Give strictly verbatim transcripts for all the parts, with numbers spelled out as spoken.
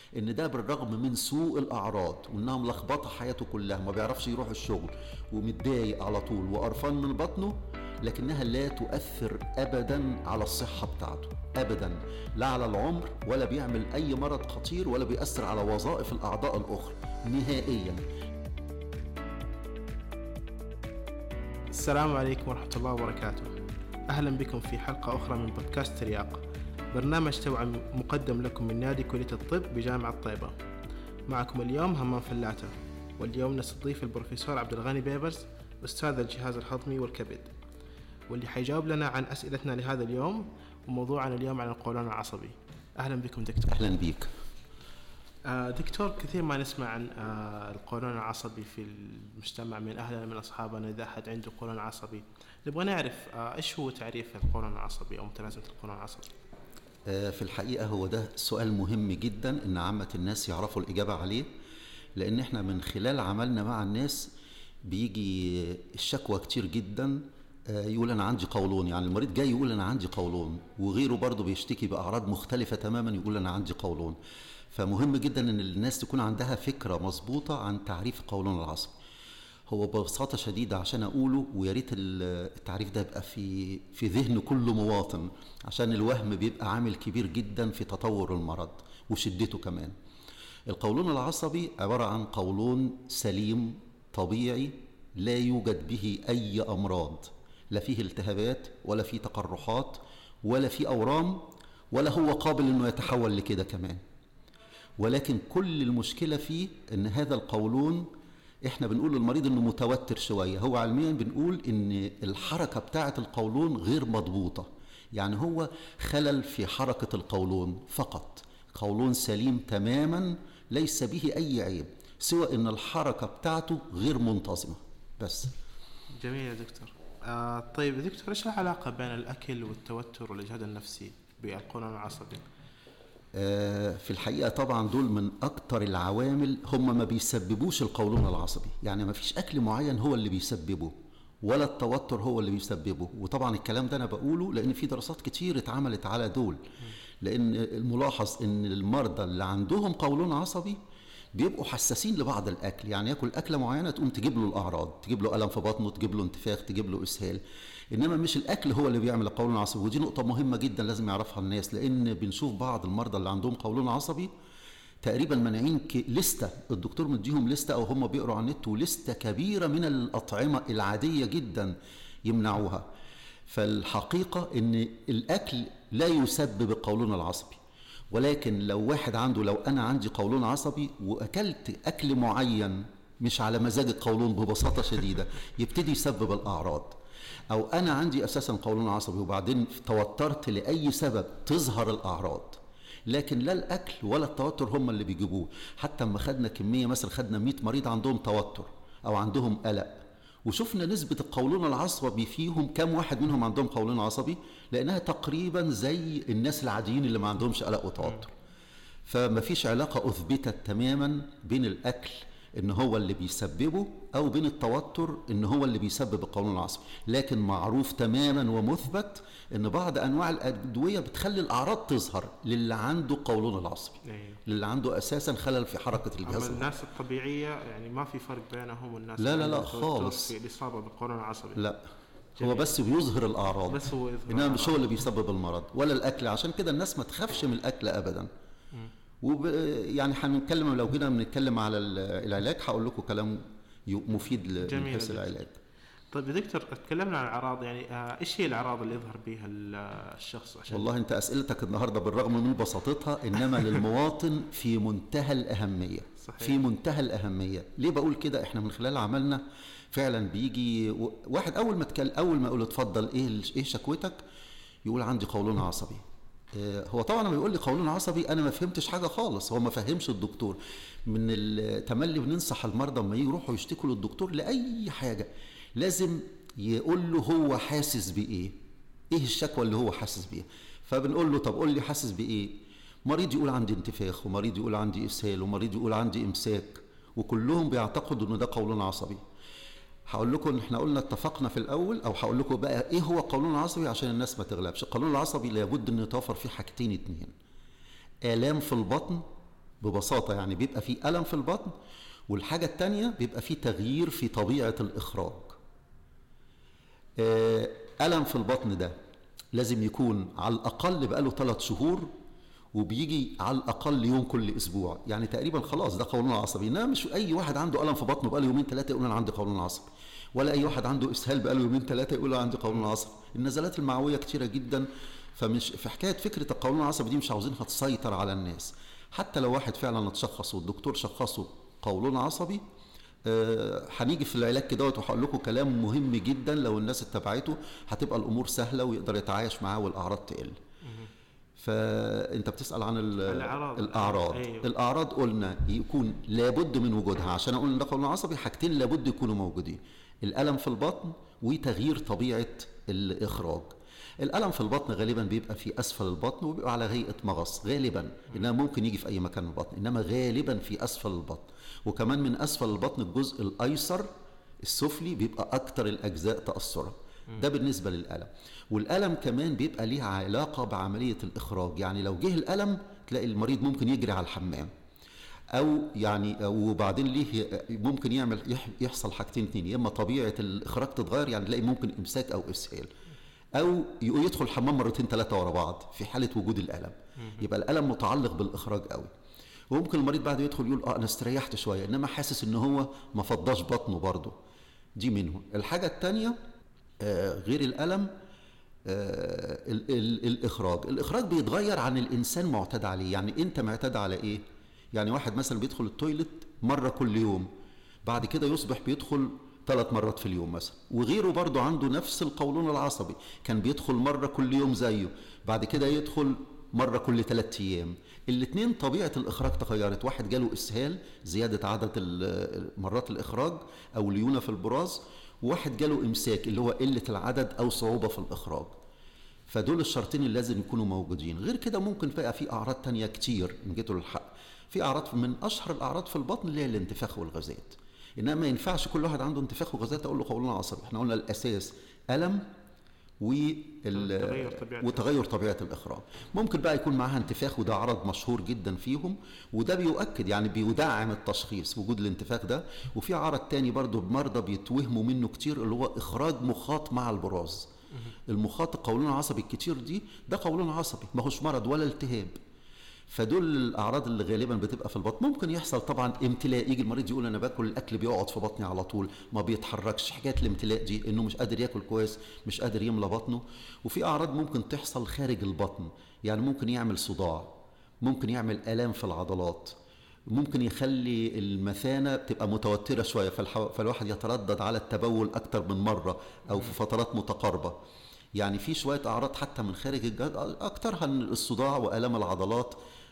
ان ده بالرغم من سوء الاعراض وانها ملخبطه حياته كلها، ما بيعرفش يروح الشغل ومتضايق على طول وقرفان من بطنه، لكنها لا تؤثر ابدا على الصحه بتاعته ابدا، لا على العمر ولا بيعمل اي مرض خطير ولا بيأثر على وظائف الاعضاء الاخرى نهائيا. السلام عليكم ورحمة الله وبركاته. أهلا بكم في حلقة أخرى من بودكاست ترياق، برنامج توعية مقدم لكم من نادي كلية الطب بجامعة طيبة. معكم اليوم همام فلاتة، واليوم نستضيف البروفيسور عبد الغني بيبرز، أستاذ الجهاز الهضمي والكبد، واللي حيجاوب لنا عن أسئلتنا لهذا اليوم، وموضوعنا اليوم عن القولون العصبي. أهلا بكم دكتور. أهلا بيك دكتور. كثير ما نسمع عن القولون العصبي في المجتمع من أهلنا من أصحابنا، إذا أحد عنده قولون عصبي نبغى نعرف إيش هو تعريف القولون العصبي أو متلازمة القولون العصبي. في الحقيقة هو ده سؤال مهم جدا إن عامة الناس يعرفوا الإجابة عليه، لأن إحنا من خلال عملنا مع الناس بيجي الشكوى كتير جدا، يقول أنا عندي قولون، يعني المريض جاي يقول أنا عندي قولون، وغيره برضو بيشتكي بأعراض مختلفة تماما يقول أنا عندي قولون. فمهم جدا ان الناس تكون عندها فكرة مظبوطة عن تعريف القولون العصبي. هو ببساطة شديدة عشان اقوله، ويا ريت التعريف ده يبقى في في ذهن كل مواطن، عشان الوهم بيبقى عامل كبير جدا في تطور المرض وشدته كمان. القولون العصبي عبارة عن قولون سليم طبيعي لا يوجد به اي امراض، لا فيه التهابات ولا فيه تقرحات ولا فيه اورام، ولا هو قابل انه يتحول لكده كمان. ولكن كل المشكلة فيه ان هذا القولون احنا بنقول للمريض انه متوتر شوية. هو علميا بنقول ان الحركة بتاعة القولون غير مضبوطة، يعني هو خلل في حركة القولون فقط. قولون سليم تماما ليس به اي عيب، سوى ان الحركة بتاعته غير منتظمة بس. جميل يا دكتور. آه طيب دكتور، ايش العلاقة بين الاكل والتوتر والاجهاد النفسي بالقولون العصبي؟ في الحقيقة طبعا دول من أكتر العوامل، هم ما بيسببوش القولون العصبي، يعني ما فيش أكل معين هو اللي بيسببه ولا التوتر هو اللي بيسببه. وطبعا الكلام ده أنا بقوله لأن في دراسات كتير اتعملت على دول، لأن الملاحظ أن المرضى اللي عندهم قولون عصبي بيبقوا حساسين لبعض الأكل، يعني يأكل أكلة معينة تقوم تجيب له الأعراض، تجيب له ألم في بطنه، تجيب له انتفاخ، تجيب له إسهال. إنما مش الأكل هو اللي بيعمل القولون العصبي، ودي نقطة مهمة جدا لازم يعرفها الناس، لأن بنشوف بعض المرضى اللي عندهم قولون عصبي تقريبا مانعين لستة، الدكتور مديهم لستة أو هم بيقروا على النت ولستة كبيرة من الأطعمة العادية جدا يمنعوها. فالحقيقة إن الأكل لا يسبب القولون العصبي، ولكن لو واحد عنده، لو أنا عندي قولون عصبي وأكلت أكل معين مش على مزاج القولون ببساطة شديدة يبتدي يسبب الأعراض. أو أنا عندي أساسا قولون عصبي وبعدين توترت لأي سبب تظهر الأعراض، لكن لا الأكل ولا التوتر هم اللي بيجيبوه. حتى لما خدنا كمية، مثلا خدنا مئة مريض عندهم توتر أو عندهم قلق، وشفنا نسبة القولون العصبي فيهم كم واحد منهم عندهم قولون عصبي، لأنها تقريبا زي الناس العاديين اللي ما عندهمش قلق وتوتر. فما فيش علاقة أثبتت تماما بين الأكل إن هو اللي بيسببه أو بين التوتر إن هو اللي بيسبب القولون العصبي، لكن معروف تماما ومثبت إن بعض أنواع الأدوية بتخلي الأعراض تظهر للي عنده قولون العصبي، للي عنده أساسا خلل في حركة الجهاز. أما الناس الطبيعية يعني ما في فرق بينهم والناس لا لا لا خالص في الإصابة بالقولون العصبي. لا جميل. هو بس بيظهر الأعراض، بس هو إنما مش هو اللي بيسبب المرض ولا الأكل. عشان كده الناس ما تخافش من الأكل أبدا. م. وب... يعني هنتكلم، لو جينا بنتكلم على العلاج هقول لكم كلام مفيد من حيث العلاج. طيب يا دكتور، اتكلمنا عن الاعراض، يعني آه ايش هي الاعراض اللي يظهر بها الشخص؟ عشان والله انت اسئلتك النهارده بالرغم من بساطتها انما للمواطن في منتهى الاهميه. صحيح. في منتهى الاهميه. ليه بقول كده؟ احنا من خلال عملنا فعلا بيجي واحد اول ما اتكلم، اول ما اقول اتفضل ايه ايه شكوتك، يقول عندي قولون عصبي. هو طبعا لما يقول لي قولون عصبي انا ما فهمتش حاجه خالص، هو ما فهمش الدكتور. من التملي بننصح المرضى لما يروحوا يشتكوا للدكتور لاي حاجه لازم يقول له هو حاسس بايه، ايه الشكوى اللي هو حاسس بيها. فبنقول له طب قول لي حاسس بايه. مريض يقول عندي انتفاخ، ومريض يقول عندي اسهال، ومريض يقول عندي امساك، وكلهم بيعتقدوا ان ده قولون عصبي. هقول لكم ان احنا قلنا اتفقنا في الاول، او هقول لكم بقى ايه هو القولون العصبي عشان الناس ما تغلبش. القولون العصبي لابد ان يتوفر فيه حاجتين اتنين: الام في البطن ببساطة يعني بيبقى في ألم في البطن، والحاجة التانية بيبقى في تغيير في طبيعة الإخراج. آه، ألم في البطن ده لازم يكون على الأقل بقاله ثلاث شهور، وبيجي على الأقل يوم كل أسبوع، يعني تقريبا خلاص ده قولون عصبي. إنما مش أي واحد عنده ألم في بطنه بقاله يومين ثلاثة يقول أنا عندي قولون عصبي، ولا أي واحد عنده إسهال بقاله يومين ثلاثة يقول أنا عندي قولون عصبي. النزلات المعوية كتيرة جدا، فمش في حكاية فكرة القولون العصبي دي مش عاوزينها تسيطر على الناس. حتى لو واحد فعلا اتشخص والدكتور شخصه قولون عصبي، هنيجي في العلاج كده وهقول لكم كلام مهم جدا، لو الناس اتبعته هتبقى الامور سهله ويقدر يتعايش معاه والاعراض تقل. فانت بتسال عن الأعراض. الاعراض أيوه. الاعراض قلنا يكون لابد من وجودها عشان اقول ان ده قولون عصبي. حاجتين لابد يكونوا موجودين: الالم في البطن وتغيير طبيعه الاخراج. الالم في البطن غالبا بيبقى في اسفل البطن وبيبقى على هيئه مغص غالبا، انما ممكن يجي في اي مكان من البطن، انما غالبا في اسفل البطن. وكمان من اسفل البطن الجزء الايسر السفلي بيبقى اكتر الاجزاء تاثرا. ده بالنسبه للالم. والالم كمان بيبقى ليه علاقه بعمليه الاخراج، يعني لو جه الالم تلاقي المريض ممكن يجري على الحمام، او يعني وبعدين ليه ممكن يعمل يحصل حاجتين اتنين: يا اما طبيعه الاخراج تتغير، يعني تلاقي ممكن امساك او اسهال، او يدخل الحمام مرتين ثلاثه ورا بعض في حاله وجود الالم. يبقى الالم متعلق بالاخراج قوي. وممكن المريض بعد يدخل يقول اه انا استريحت شويه، انما حاسس ان هو ما فضاش بطنه برضه. دي منه. الحاجه الثانيه آه غير الالم آه ال ال الاخراج. الاخراج بيتغير عن الانسان معتاد عليه. يعني انت معتاد على ايه؟ يعني واحد مثلا بيدخل التويلت مره كل يوم، بعد كده يصبح بيدخل ثلاث مرات في اليوم مثلا. وغيره برضه عنده نفس القولون العصبي، كان بيدخل مره كل يوم زيه، بعد كده يدخل مره كل ثلاث ايام. الاثنين طبيعه الاخراج تغيرت. واحد جاله اسهال، زياده عدد مرات الاخراج او ليونه في البراز، وواحد جاله امساك اللي هو قله العدد او صعوبه في الاخراج. فدول الشرطين اللي لازم يكونوا موجودين. غير كده ممكن بقى في اعراض تانية كتير ان جيتوا للحق. في اعراض من اشهر الاعراض في البطن اللي هي الانتفاخ والغازات. انما ما ينفعش كل واحد عنده انتفاخ وغازات اقول له قولون عصبي. احنا قلنا الاساس الم وتغير طبيعه الاخراج. ممكن بقى يكون معاها انتفاخ، وده عرض مشهور جدا فيهم، وده بيؤكد يعني بيدعم التشخيص وجود الانتفاخ ده. وفي عرض تاني برضو بمرضى بيتوهموا منه كتير اللي هو اخراج مخاط مع البراز. المخاط القولون العصبي الكتير دي ده قولون عصبي، ما هوش مرض ولا التهاب. فدول الاعراض اللي غالبا بتبقى في البطن. ممكن يحصل طبعا امتلاء، يجي المريض يقول انا باكل الاكل بيقعد في بطني على طول ما بيتحركش. حكايه الامتلاء دي انه مش قادر ياكل كويس، مش قادر يملى بطنه. وفي اعراض ممكن تحصل خارج البطن، يعني ممكن يعمل صداع، ممكن يعمل الام في العضلات، ممكن يخلي المثانه تبقى متوتره شويه، فالواحد يتردد على التبول اكتر من مره او في فترات متقاربه. يعني في شويه اعراض حتى من خارج الجسد، اكترها الصداع والام العضلات.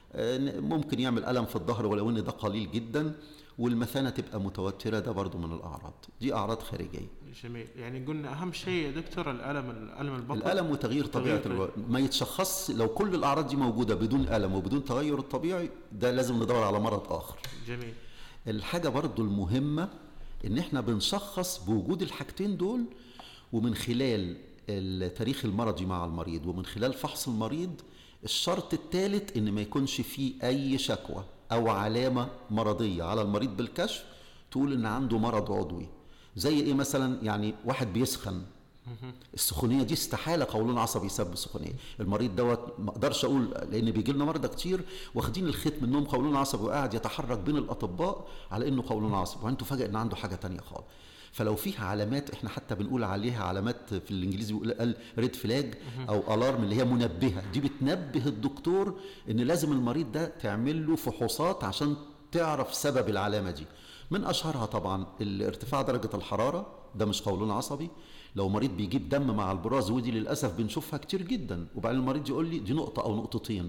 ممكن يعمل الم في الظهر ولو ان ده قليل جدا، والمثانه تبقى متوتره، ده برضو من الاعراض. دي اعراض خارجيه. جميل. يعني قلنا اهم شيء يا دكتور الالم الالم البطن الالم وتغيير طبيعه الوقت. ما يتشخص لو كل الاعراض دي موجوده بدون الم وبدون تغير الطبيعي، ده لازم ندور على مرض اخر. جميل. الحاجه برضو المهمه ان احنا بنشخص بوجود الحاجتين دول، ومن خلال التاريخ المرضي مع المريض ومن خلال فحص المريض. الشرط الثالث ان ما يكونش فيه اي شكوى او علامه مرضيه على المريض بالكشف تقول ان عنده مرض عضوي. زي ايه مثلا؟ يعني واحد بيسخن، السخونيه دي استحاله قولون عصبي يسبب سخونيه. المريض دوت ما اقدرش اقول، لان بيجي لنا مرضى كتير واخدين الخيط منهم قولون عصبي وقاعد يتحرك بين الاطباء على انه قولون عصبي، وانتوا فاجئ ان عنده حاجه تانية خالص. فلو فيها علامات، احنا حتى بنقول عليها علامات في الانجليزي بيقول ريد فلاج او الارم، اللي هي منبهه. دي بتنبه الدكتور ان لازم المريض ده تعمل له فحوصات عشان تعرف سبب العلامه دي. من اشهرها طبعا ارتفاع درجه الحراره، ده مش قولون عصبي. لو مريض بيجيب دم مع البراز، ودي للاسف بنشوفها كتير جدا، وبعدين المريض يقول لي دي نقطه او نقطتين،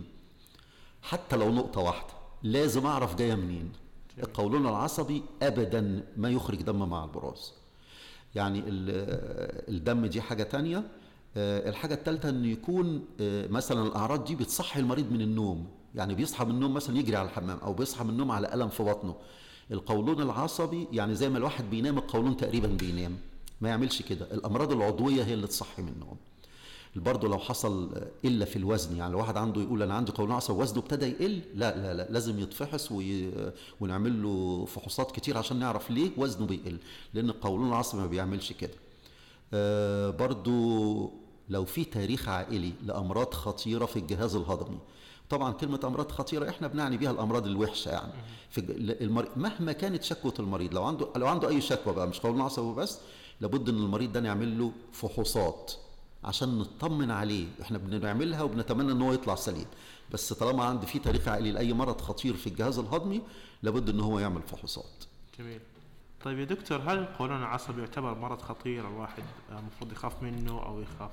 حتى لو نقطه واحده لازم اعرف جايه منين. القولون العصبي ابدا ما يخرج دم مع البراز. يعني الدم دي حاجه تانية. الحاجه الثالثه ان يكون مثلا الاعراض دي بتصحي المريض من النوم، يعني بيصحى من النوم مثلا يجري على الحمام، او بيصحى من النوم على الم في بطنه. القولون العصبي يعني زي ما الواحد بينام القولون تقريبا بينام، ما يعملش كده. الامراض العضويه هي اللي تصحي من النوم. برضه لو حصل إلا في الوزن، يعني لو واحد عنده يقول أنا عندي قولون عصبي وزنه ابتدى يقل، لا لا لا لازم يتفحص وي... ونعمل له فحوصات كتير عشان نعرف ليه وزنه بيقل، لأن القولون العصبي ما بيعملش كده. آه برضه لو في تاريخ عائلي لأمراض خطيرة في الجهاز الهضمي، طبعا كلمة أمراض خطيرة احنا بنعني بيها الأمراض الوحشة، يعني في المريض مهما كانت شكوى المريض، لو عنده لو عنده أي شكوى بقى مش قولون عصبي بس، لابد إن المريض ده نعمل له فحوصات عشان نطمن عليه. احنا بنعملها وبنتمنى ان هو يطلع سليم، بس طالما عندي في تاريخ عائلي لاي مرض خطير في الجهاز الهضمي لابد ان هو يعمل فحوصات. جميل. طيب يا دكتور، هل القولون العصبي يعتبر مرض خطير الواحد المفروض يخاف منه او يخاف؟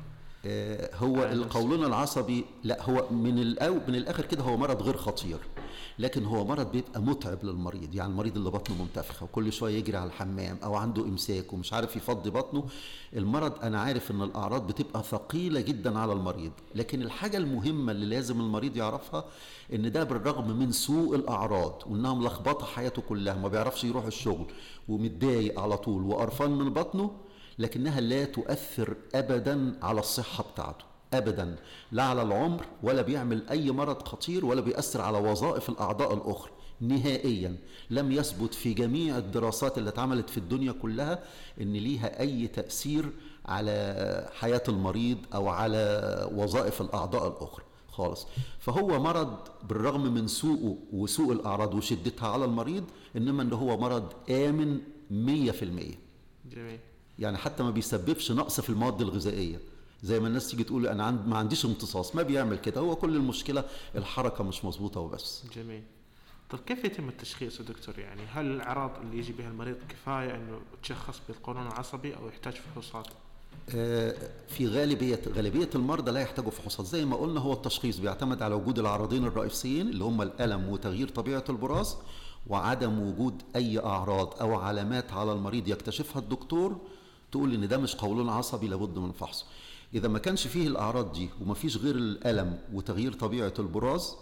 آه هو القولون العصبي لا، هو من الأو من الاخر كده هو مرض غير خطير، لكن هو مرض بيبقى متعب للمريض. يعني المريض اللي بطنه منتفخه وكل شويه يجري على الحمام او عنده امساك ومش عارف يفضي بطنه، المرض انا عارف ان الاعراض بتبقى ثقيله جدا على المريض، لكن الحاجه المهمه اللي لازم المريض يعرفها ان ده بالرغم من سوء الاعراض وانها ملخبطه حياته كلها، ما بيعرفش يروح الشغل ومتضايق على طول وقرفان من بطنه، لكنها لا تؤثر ابدا على الصحه بتاعته ابدا، لا على العمر ولا بيعمل اي مرض خطير ولا بيأثر على وظائف الاعضاء الاخرى نهائيا. لم يثبت في جميع الدراسات اللي اتعملت في الدنيا كلها ان ليها اي تأثير على حياة المريض او على وظائف الاعضاء الاخرى خالص. فهو مرض بالرغم من سوءه وسوء الاعراض وشدتها على المريض، انما ان هو مرض امن مية في المية. جميل. يعني حتى ما بيسببش نقص في المواد الغذائية زي ما الناس تيجي تقول انا عند ما عنديش امتصاص، ما بيعمل كده، هو كل المشكله الحركه مش مظبوطه وبس. جميل. طب كيف يتم التشخيص يا دكتور؟ يعني هل الاعراض اللي يجي بها المريض كفايه انه تشخص بالقولون العصبي او يحتاج فحوصات؟ آه في غالبيه غالبيه المرضى لا يحتاجوا فحوصات. زي ما قلنا هو التشخيص بيعتمد على وجود العرضين الرئيسيين اللي هم الالم وتغيير طبيعه البراز، وعدم وجود اي اعراض او علامات على المريض يكتشفها الدكتور تقول ان ده مش قولون عصبي لابد من فحصه. إذا ما كانش فيه الأعراض دي وما فيش غير الألم وتغيير طبيعة البراز،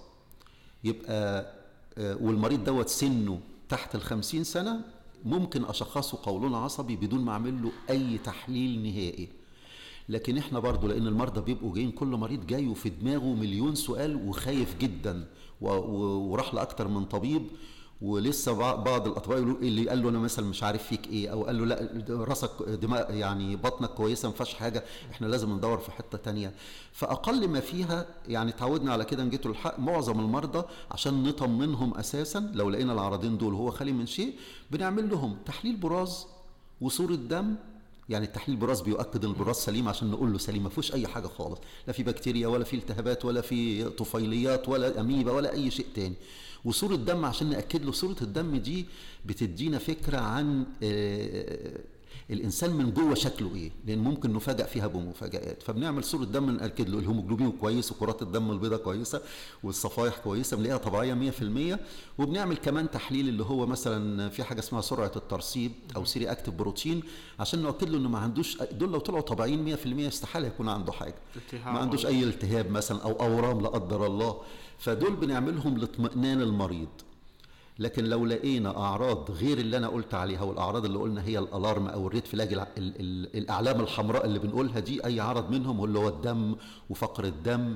يبقى والمريض دوت سنه تحت الخمسين سنة، ممكن أشخصه قولون عصبي بدون ما أعمل له أي تحليل نهائي. لكن إحنا برضو لأن المرضى بيبقوا جايين كل مريض جاي وفي دماغه مليون سؤال وخايف جدا وراح لأكتر من طبيب، ولسه بعض الاطباء يقولوا اللي قال له انا مثلا مش عارف فيك ايه، او قال له لا راسك دماغ يعني بطنك كويسه ما فيهاش حاجه، احنا لازم ندور في حته تانية. فاقل ما فيها يعني تعودنا على كده نجيتوا الحق معظم المرضى عشان نطمنهم اساسا لو لقينا العرضين دول هو خالي من شيء بنعمل لهم تحليل براز وصوره دم. يعني التحليل البراز بيؤكد ان البراز سليم عشان نقول له سليم ما فيهوش اي حاجه خالص، لا في بكتيريا ولا في التهابات ولا في طفيليات ولا اميبا ولا اي شيء تاني، وصورة دم عشان نأكد له. صورة الدم دي بتدينا فكرة عن الإنسان من جوه شكله إيه، لأن ممكن نفاجأ فيها بمفاجآت. فبنعمل صورة دم نأكد له الهيموجلوبين كويس وكرات الدم البيضاء كويسة والصفائح كويسة بنلاقيها طبيعية مية في المية. وبنعمل كمان تحليل اللي هو مثلا في حاجة اسمها سرعة الترسيب أو سيري أكتيف بروتين عشان نأكد له إنه ما عندوش، دول لو طلعوا طبيعيين مية في المية استحالة يكون عنده حاجة، ما عندوش أي التهاب مثلا أو أورام لا قدر الله. فدول بنعملهم لاطمئنان المريض. لكن لو لقينا اعراض غير اللي انا قلت عليها، والاعراض اللي قلنا هي الالارم او الريد فلاج، ال ال الاعلام الحمراء اللي بنقولها دي، اي عرض منهم اللي هو الدم وفقر الدم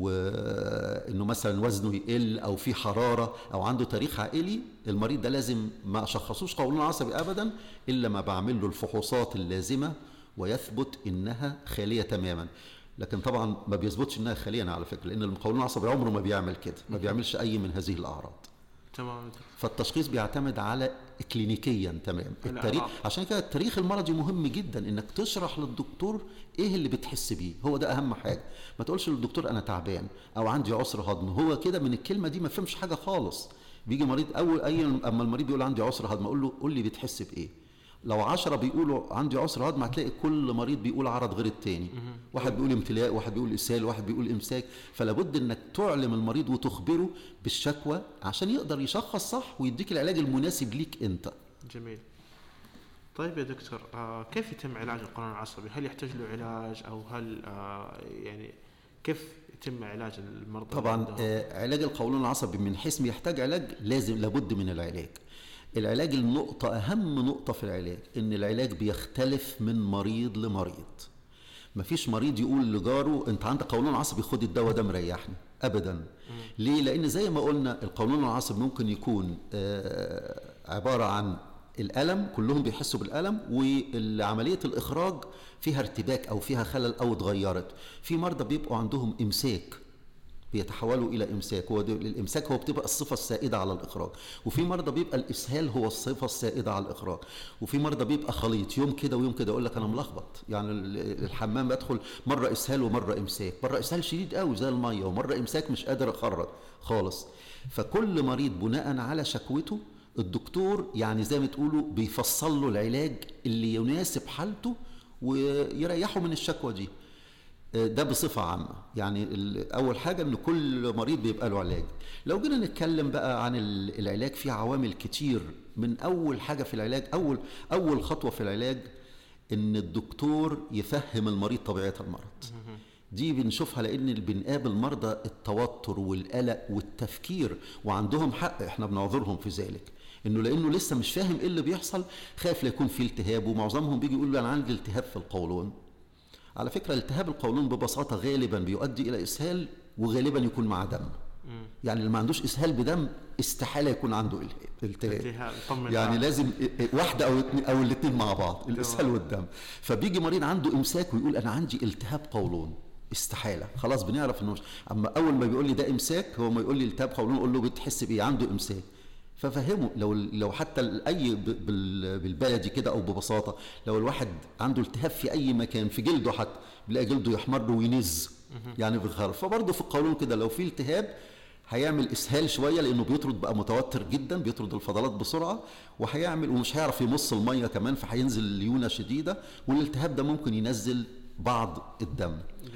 وانه مثلا وزنه يقل او في حراره او عنده تاريخ عائلي، المريض ده لازم ما اشخصوش قولون عصبي ابدا الا ما بعمل له الفحوصات اللازمه ويثبت انها خاليه تماما. لكن طبعا ما بيثبتش انها خاليه على فكره، لان القولون العصبي عمره ما بيعمل كده، ما بيعملش اي من هذه الاعراض. تمام. فالتشخيص بيعتمد على كلينيكيا تمام التاريخ. عشان كده التاريخ المرضي مهم جدا، انك تشرح للدكتور ايه اللي بتحس بيه، هو ده اهم حاجه. ما تقولش للدكتور انا تعبان او عندي عسر هضم، هو كده من الكلمه دي ما فهمش حاجه خالص. بيجي مريض اول اي اما المريض بيقول عندي عسر هضم اقول له قول لي بتحس بايه. لو عشرة بيقولوا عندي عسر هضم هتلاقي كل مريض بيقول عرض غير التاني، واحد بيقول امتلاء، واحد بيقول اسهال، واحد بيقول امساك. فلا بد انك تعلم المريض وتخبره بالشكوى عشان يقدر يشخص صح ويديك العلاج المناسب ليك انت. جميل. طيب يا دكتور، آه كيف يتم علاج القولون العصبي؟ هل يحتاج له علاج او هل آه يعني كيف يتم علاج المرضى؟ طبعا آه علاج القولون العصبي من حيث يحتاج علاج لازم لابد من العلاج. العلاج النقطة أهم نقطة في العلاج إن العلاج بيختلف من مريض لمريض. مفيش مريض يقول لجاره انت عندك قولون عصبي خد الدواء ده مريحني ابدا. ليه؟ لان زي ما قلنا القولون العصبي ممكن يكون عباره عن الالم، كلهم بيحسوا بالالم، وعمليه الاخراج فيها ارتباك او فيها خلل او اتغيرت. في مرضى بيبقوا عندهم امساك بيتحولوا الى امساك، هو الامساك هو بتبقى الصفه السائده على الاخراج. وفي مرضى بيبقى الاسهال هو الصفه السائده على الاخراج. وفي مرضى بيبقى خليط، يوم كده ويوم كده، يقول لك انا ملخبط، يعني الحمام بدخل مره اسهال ومره امساك، مره اسهال شديد قوي زي الميه ومره امساك مش قادر اخرج خالص. فكل مريض بناء على شكوته الدكتور يعني زي ما تقولوا بيفصل له العلاج اللي يناسب حالته ويريحه من الشكوى دي. ده بصفة عامة. يعني أول حاجة إن كل مريض بيبقى له علاج. لو جينا نتكلم بقى عن العلاج، في عوامل كتير. من أول حاجة في العلاج، أول أول خطوة في العلاج إن الدكتور يفهم المريض طبيعة المرض. دي بنشوفها لأن بنقابل مرضى التوتر والقلق والتفكير، وعندهم حق، إحنا بنعذرهم في ذلك، إنه لأنه لسه مش فاهم إيه اللي بيحصل، خايف لا يكون في التهاب، ومعظمهم بيجي يقول له أنا عندي التهاب في القولون. على فكرة التهاب القولون ببساطة غالبا بيؤدي إلى إسهال، وغالبا يكون مع دم. يعني اللي ما عندوش إسهال بدم استحالة يكون عنده التهاب. يعني لازم واحدة أو أو الاثنين مع بعض، الإسهال والدم. فبيجي مريض عنده إمساك ويقول أنا عندي التهاب قولون، استحالة. خلاص بنعرف إنه، أما أول ما بيقول لي ده إمساك، هو ما يقول لي التهاب قولون أقول له بتحس بإيه؟ عنده إمساك. ففهمه لو لو حتى اي بالبلدي كده او ببساطه، لو الواحد عنده التهاب في اي مكان في جلده، حتى بيلاقي جلده يحمر وينز يعني بالخرف. فبرضه في القولون كده لو في التهاب هيعمل اسهال شويه، لانه بيطرد بقى متوتر جدا، بيطرد الفضلات بسرعه، وهيعمل ومش هيعرف يمص الميه كمان، فهينزل ليونه شديده، والالتهاب ده ممكن ينزل بعض الدم.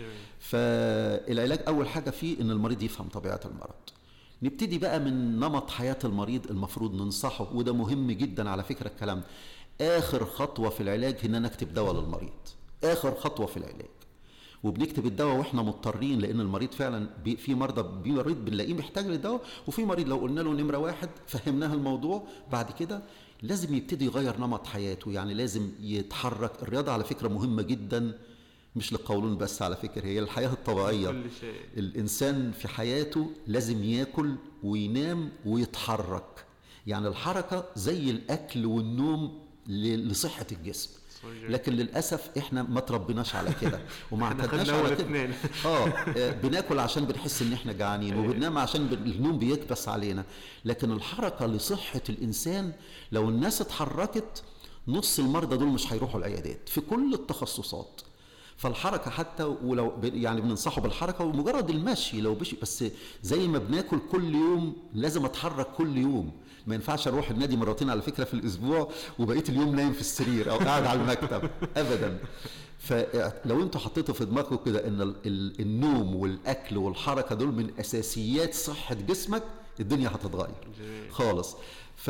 فالعلاج اول حاجه فيه ان المريض يفهم طبيعه المرض. نبتدي بقى من نمط حياة المريض المفروض ننصحه، وده مهم جدا على فكرة الكلام ده. آخر خطوة في العلاج هنا نكتب دواء للمريض، آخر خطوة في العلاج. وبنكتب الدواء واحنا مضطرين، لأن المريض فعلا بي في مرضى مريض بنلاقيه محتاج للدواء، وفي مريض لو قلنا له نمرة واحد فهمناه الموضوع، بعد كده لازم يبتدي يغير نمط حياته، يعني لازم يتحرك. الرياضة على فكرة مهمة جدا، مش للقولون بس، على فكرة هي الحياة الطبيعية. كل شيء. الإنسان في حياته لازم يأكل وينام ويتحرك. يعني الحركة زي الأكل والنوم لصحة الجسم. لكن للأسف إحنا ما تربيناش على كده وما اعتدناش على كده. آه بناكل عشان بنحس إن إحنا جعانين، وبننام عشان النوم بيكبس علينا. لكن الحركة لصحة الإنسان، لو الناس اتحركت نص المرضى دول مش هيروحوا العيادات في كل التخصصات. فالحركه حتى ولو يعني بننصحه بالحركه، ومجرد المشي لو بشي بس، زي ما بناكل كل يوم لازم اتحرك كل يوم. ما ينفعش اروح النادي مرتين على فكره في الاسبوع وبقيت اليوم نايم في السرير او قاعد على المكتب ابدا. فلو انتوا حطيتوا في دماغكم كده ان النوم والاكل والحركه دول من اساسيات صحه جسمك، الدنيا هتتغير خالص. ف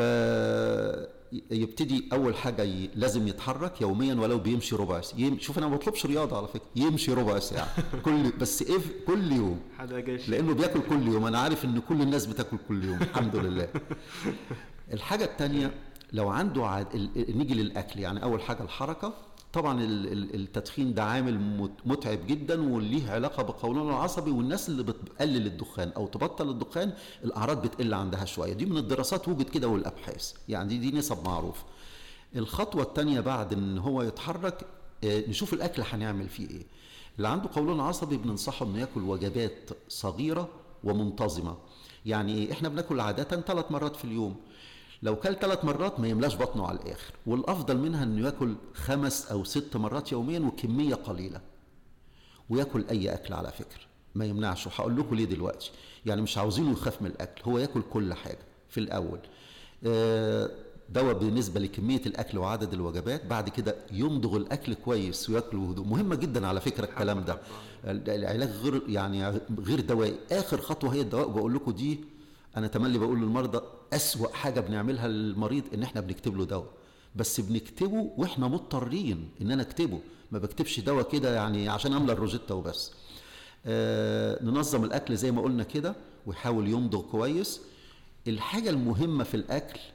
يبتدي اول حاجه ي... لازم يتحرك يوميا ولو بيمشي ربع ساعه. يم... شوف انا ما بطلبش رياضه على فكره، يمشي ربع ساعه كل بس ايه كل يوم، لانه بياكل كل يوم. انا عارف ان كل الناس بتاكل كل يوم الحمد لله. الحاجه الثانيه لو عنده عاد... ال... نيجي للاكل. يعني اول حاجه الحركه. طبعا التدخين ده عامل متعب جدا وليه علاقه بالقولون العصبي، والناس اللي بتقلل الدخان او تبطل الدخان الاعراض بتقل عندها شويه. دي من الدراسات وجد كده والابحاث، يعني دي, دي نسب معروفه. الخطوه الثانيه بعد ان هو يتحرك نشوف الاكل هنعمل فيه ايه. اللي عنده قولون عصبي بننصحه انه ياكل وجبات صغيره ومنتظمه. يعني احنا بناكل عاده ثلاث مرات في اليوم، لو كل ثلاث مرات ما يملاش بطنه على الآخر، والأفضل منها أنه يأكل خمس أو ست مرات يوميا وكمية قليلة، ويأكل أي أكل على فكرة ما يمنعش. وهقول لكم ليه دلوقتي. يعني مش عاوزينه يخاف من الأكل، هو يأكل كل حاجة في الأول. دواء بالنسبة لكمية الأكل وعدد الوجبات. بعد كده يمضغ الأكل كويس ويأكل بهدوء. مهمة جدا على فكرة الكلام ده. العلاج غير يعني غير دوائي. آخر خطوة هي الدواء. بقول لكم دي أنا تملي بقول للمرضى أسوأ حاجة بنعملها للمريض إن إحنا بنكتب له دواء، بس بنكتبه وإحنا مضطرين إن أنا أكتبه. ما بكتبش دواء كده يعني عشان أملى الروجيتا وبس. آه ننظم الأكل زي ما قلنا كده، ويحاول يمضغ كويس. الحاجة المهمة في الأكل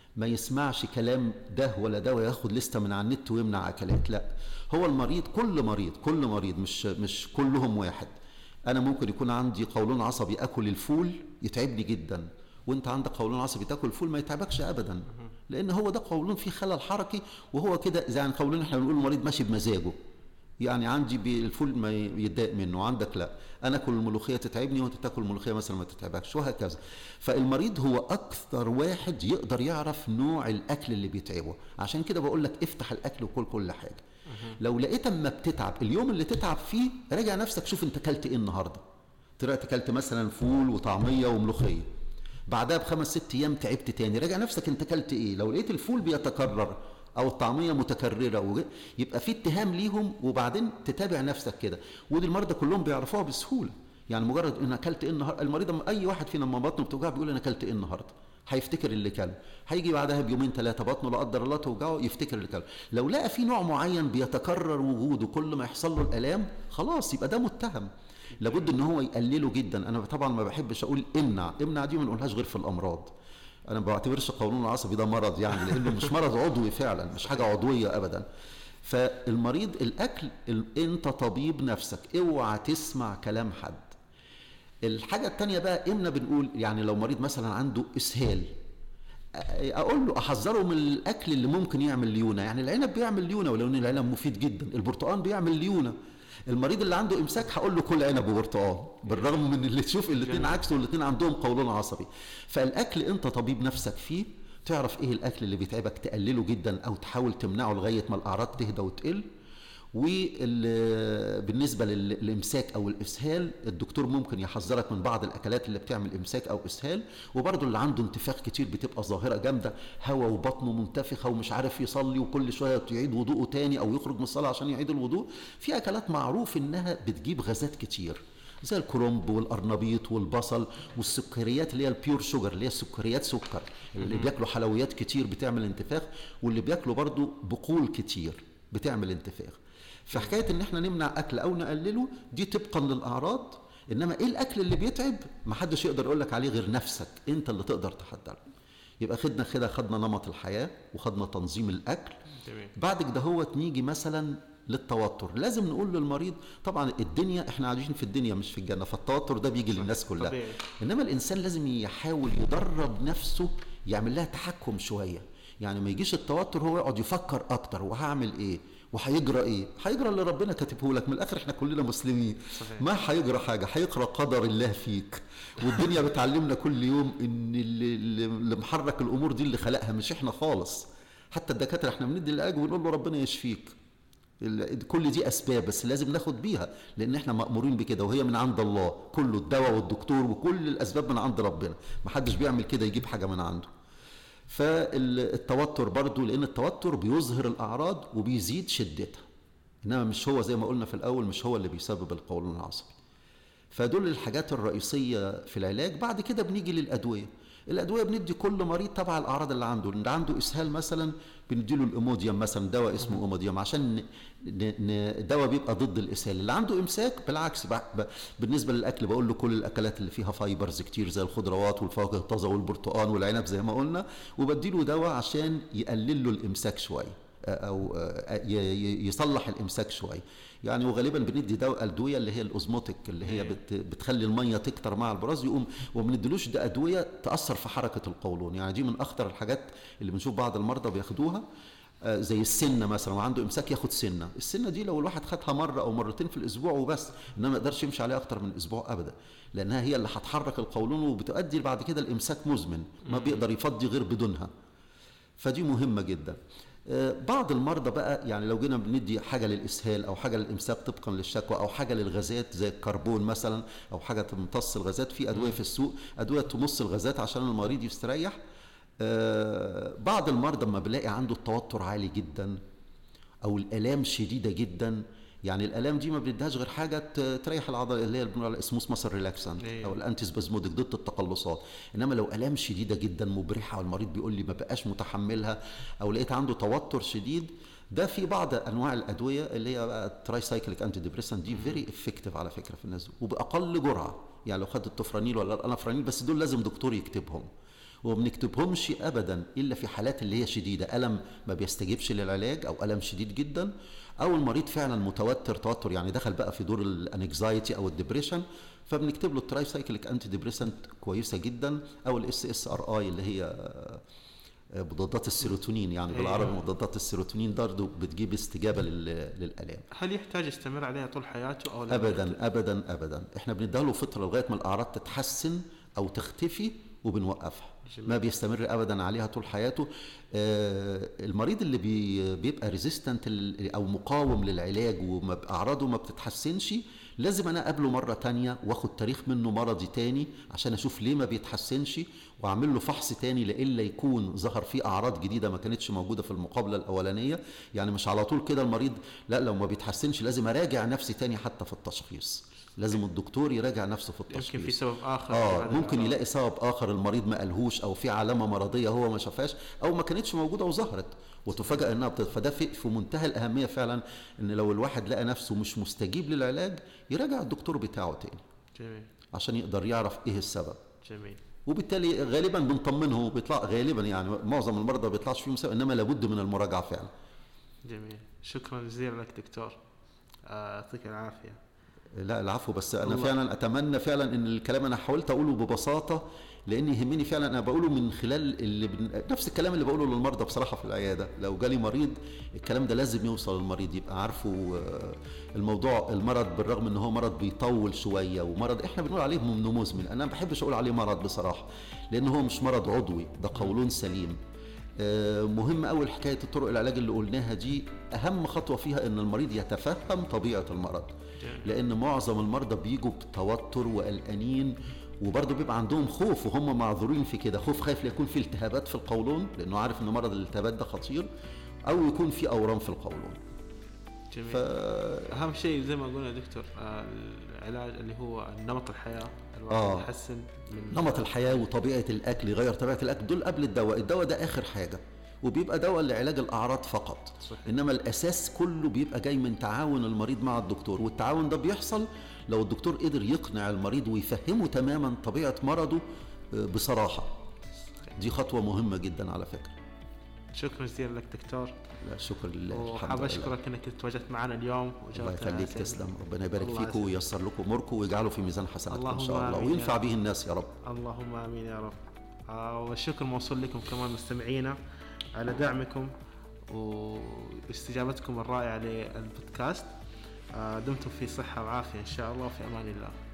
ما يسمعش كلام ده ولا ده وياخد لستة من على النت ويمنع اكلات. لا، هو المريض كل مريض كل مريض مش مش كلهم واحد. انا ممكن يكون عندي قولون عصبي اكل الفول يتعبني جدا، وانت عندك قولون عصبي تاكل الفول ما يتعبكش ابدا، لان هو ده قولون فيه خلل حركي، وهو كده زي يعني قولون احنا بنقول المريض ماشي بمزاجه. يعني عندي بالفول ما يتضايق منه، عندك لا، انا اكل الملوخيه تتعبني وانت تاكل الملوخيه مثلا ما تتعبكش، وهكذا. فالمريض هو اكثر واحد يقدر يعرف نوع الاكل اللي بيتعبه، عشان كده بقول لك افتح الاكل وكل كل حاجه. لو لقيت اما بتتعب اليوم اللي تتعب فيه راجع نفسك شوف انت اكلت ايه النهارده. طلعت اكلت مثلا فول وطعميه وملوخيه، بعدها بخمس ست ايام تعبت تاني، راجع نفسك انت اكلت ايه. لو لقيت الفول بيتكرر او الطعميه متكرره يبقى في اتهام ليهم، وبعدين تتابع نفسك كده. ودي المرضى كلهم بيعرفوها بسهوله، يعني مجرد ان اكلت ايه النهارده. المريض اي واحد فينا لما بطنه بتوجعه بيقول انا اكلت ايه النهارده، هيفتكر اللي كله. هيجي بعدها بيومين ثلاثه بطنه لا قدر الله توجعه يفتكر اللي كله. لو لقى في نوع معين بيتكرر وجوده كل ما يحصل له الالام خلاص يبقى ده متهم، لابد ان هو يقلله جدا. انا طبعا ما بحبش اقول امنع، امنع دي ما نقولهاش غير في الامراض. انا ما بعتبرش القولون العصبي ده مرض يعني، لانه مش مرض عضوي فعلا، مش حاجه عضويه ابدا. فالمريض الاكل انت طبيب نفسك، اوعى تسمع كلام حد. الحاجه الثانيه بقى امنا بنقول يعني لو مريض مثلا عنده اسهال اقول له احذره من الاكل اللي ممكن يعمل ليونه. يعني العنب بيعمل ليونه ولو ان العنب مفيد جدا، البرتقال بيعمل ليونه. المريض اللي عنده امساك هقول له كل عنب وبرتقال، بالرغم من اللي تشوف الاثنين عكس والاثنين عندهم قولون عصبي. فالاكل انت طبيب نفسك فيه، تعرف ايه الاكل اللي بيتعبك تقلله جدا او تحاول تمنعه لغايه ما الاعراض تهدى وتقل. وبالنسبه للامساك او الاسهال الدكتور ممكن يحذرك من بعض الاكلات اللي بتعمل امساك او اسهال. وبرضه اللي عنده انتفاخ كتير بتبقى ظاهره جامده، هواء وبطنه منتفخه ومش عارف يصلي وكل شويه يعيد وضوءه تاني او يخرج من الصلاه عشان يعيد الوضوء، في اكلات معروف انها بتجيب غازات كتير زي الكرنب والقرنبيط والبصل والسكريات اللي هي البيور شوجر اللي هي السكريات سكر. اللي بياكلوا حلويات كتير بتعمل انتفاخ، واللي بياكلوا برضه بقول كتير بتعمل انتفاخ. فحكايه ان احنا نمنع اكل او نقلله دي طبقا للاعراض، انما ايه الاكل اللي بيتعب ما حدش يقدر يقول لك عليه غير نفسك، انت اللي تقدر تحضره. يبقى خدنا كده خدنا نمط الحياه وخدنا تنظيم الاكل. بعد كده هو نيجي مثلا للتوتر. لازم نقول للمريض طبعا الدنيا احنا عايشين في الدنيا مش في الجنه، فالتوتر ده بيجي للناس كلها طبيعي. انما الانسان لازم يحاول يدرب نفسه يعمل لها تحكم شويه، يعني ما يجيش التوتر هو يقعد يفكر اكتر وهعمل ايه وهيجرى ايه. هيجرى اللي ربنا كاتبه لك، من الاخر احنا كلنا مسلمين صحيح. ما هيجرى حاجه، هيقرا قدر الله فيك. والدنيا بتعلمنا كل يوم ان اللي, اللي محرك الامور دي اللي خلقها مش احنا خالص. حتى الدكاتره احنا بندي العلاج ونقول له ربنا يشفيك، كل دي اسباب بس لازم ناخد بيها لان احنا مأمورين بكده وهي من عند الله. كله الدواء والدكتور وكل الاسباب من عند ربنا، محدش بيعمل كده يجيب حاجه من عنده. فالتوتر برضو لان التوتر بيظهر الاعراض وبيزيد شدتها، انما مش هو زي ما قلنا في الاول مش هو اللي بيسبب القولون العصبي. فدول الحاجات الرئيسيه في العلاج. بعد كده بنيجي للادويه. الادويه بندي كل مريض تبع الاعراض اللي عنده. اللي عنده اسهال مثلا بنديله الاموديوم مثلا، دواء اسمه اموديوم عشان دواء بيبقى ضد الاسهال. اللي عنده امساك بالعكس بالنسبه للاكل بقول له كل الاكلات اللي فيها فايبرز كتير زي الخضروات والفواكه الطازه والبرتقال والعنب زي ما قلنا، وبديله دواء عشان يقلل له الامساك شويه او يصلح الامساك شويه يعني. وغالبا بندي دواء ادويه اللي هي الاوزموتيك اللي هي بت بتخلي الميه تكتر مع البراز يقوم، وما بنديلوش ده ادويه تاثر في حركه القولون. يعني دي من اخطر الحاجات اللي بنشوف بعض المرضى بياخدوها، زي السنه مثلا وعنده امساك ياخد سنه. السنه دي لو الواحد خدها مره او مرتين في الاسبوع وبس، انما ما يقدرش يمشي عليها اكتر من اسبوع ابدا، لانها هي اللي هتحرك القولون وبتؤدي بعد كده الامساك مزمن ما بيقدر يفضي غير بدونها. فدي مهمه جدا. بعض المرضى بقى يعني لو جينا بندي حاجه للاسهال او حاجه للامساك طبقا للشكوى او حاجه للغازات زي الكربون مثلا او حاجه تمتص الغازات، في ادويه في السوق ادويه تمص الغازات عشان المريض يستريح. بعض المرضى لما بلاقي عنده التوتر عالي جدا او الالام شديده جدا، يعني الالام دي ما بنديهاش غير حاجه تريح العضله اللي هي بنقول عليها اسموس ماسل ريلاكسانت او الانتي سبازموديك ضد التقلصات. انما لو الام شديده جدا مبرحه والمريض بيقول لي ما بقاش متحملها او لقيت عنده توتر شديد، ده في بعض انواع الادويه اللي هي بقى التراي سايكليك انتي ديبريسنت دي فيري افكتيف على فكره في الناس وباقل جرعه. يعني لو خدت التوفرانيل ولا الانافرانيل بس دول لازم دكتور يكتبهم، وما بنكتبهمش ابدا الا في حالات اللي هي شديده، الم ما بيستجيبش للعلاج او الم شديد جدا، او المريض فعلا متوتر توتر يعني دخل بقى في دور الانكزايتي او الدبريشن، فبنكتب له التراي سايكليك انتي ديبريسنت كويسه جدا، او الاس اس ار اي اللي هي مضادات السيروتونين، يعني بالعربي مضادات السيروتونين برضه بتجيب استجابه للالام. هل يحتاج يستمر عليها طول حياته او لا؟ ابدا ابدا ابدا، احنا بنديها له فتره لغايه ما الاعراض تتحسن او تختفي وبنوقفها. جميل. ما بيستمر ابدا عليها طول حياته. آه المريض اللي بي بيبقى ريزيستنت او مقاوم للعلاج واعراضه ما بتتحسنش، لازم انا اقابله مره تانية واخد تاريخ منه مرضي تاني عشان اشوف ليه ما بيتحسنش، واعمل له فحص تاني لإلا يكون ظهر فيه اعراض جديده ما كانتش موجوده في المقابله الاولانيه. يعني مش على طول كده المريض لا، لو ما بيتحسنش لازم اراجع نفسي تاني حتى في التشخيص، لازم الدكتور يراجع نفسه في التشخيص. يمكن في سبب اخر. اه ممكن يلاقي سبب اخر المريض ما قالهوش، او في علامه مرضيه هو ما شافهاش او ما كانتش موجوده وظهرت وتفاجئ انها بتت... فده في, في منتهى الاهميه فعلا، ان لو الواحد لقى نفسه مش مستجيب للعلاج يراجع الدكتور بتاعه تاني. جميل. عشان يقدر يعرف ايه السبب. جميل. وبالتالي غالبا بنطمنه بيطلع، غالبا يعني معظم المرضى ما بيطلعش فيهم سبب، انما لابد من المراجعه فعلا. جميل. شكرا جزيلا لك دكتور، يعطيك العافيه. لا العفو، بس انا الله. فعلا اتمنى فعلا ان الكلام انا حاولت اقوله ببساطه، لان يهمني فعلا انا بقوله من خلال اللي بن... نفس الكلام اللي بقوله للمرضى بصراحه في العياده. لو جالي مريض الكلام ده لازم يوصل للمريض، يبقى عارفه الموضوع. المرض بالرغم ان هو مرض بيطول شويه ومرض احنا بنقول عليه انه مزمن، انا ما بحبش اقول عليه مرض بصراحه، لان هو مش مرض عضوي، ده قولون سليم. مهم قوي حكايه الطرق العلاج اللي قلناها دي، اهم خطوه فيها ان المريض يتفهم طبيعه المرض، لان معظم المرضى بيجوا بتوتر وقلقانين، وبرضه بيبقى عندهم خوف وهم معذورين في كده، خوف خايف يكون في التهابات في القولون لانه عارف ان مرض الالتهابات ده خطير، او يكون في اورام في القولون. جميل. ف... اهم شيء زي ما قلنا دكتور العلاج اللي هو نمط الحياه، الواحد آه. يحسن من نمط الحياه وطبيعه الاكل، يغير طبيعه الاكل، دول قبل الدواء. الدواء ده اخر حاجه، وبيبقى دواء لعلاج الاعراض فقط. صحيح. انما الاساس كله بيبقى جاي من تعاون المريض مع الدكتور، والتعاون ده بيحصل لو الدكتور قدر يقنع المريض ويفهمه تماما طبيعه مرضه بصراحه. دي خطوه مهمه جدا على فكره. شكرا جزيلا لك دكتور. لا شكر لله. وحاب اشكرك انك تواجدت معنا اليوم. الله يخليك، تسلم، ربنا يبارك فيكم وييسر لكم اموركم ويجعله في ميزان حسناتكم ان شاء الله، وينفع به الناس يا رب. اللهم امين يا رب. آه والشكر موصول لكم كمان مستمعينا على دعمكم واستجابتكم الرائعه للبودكاست. آه دمتم في صحه وعافيه ان شاء الله، وفي امان الله.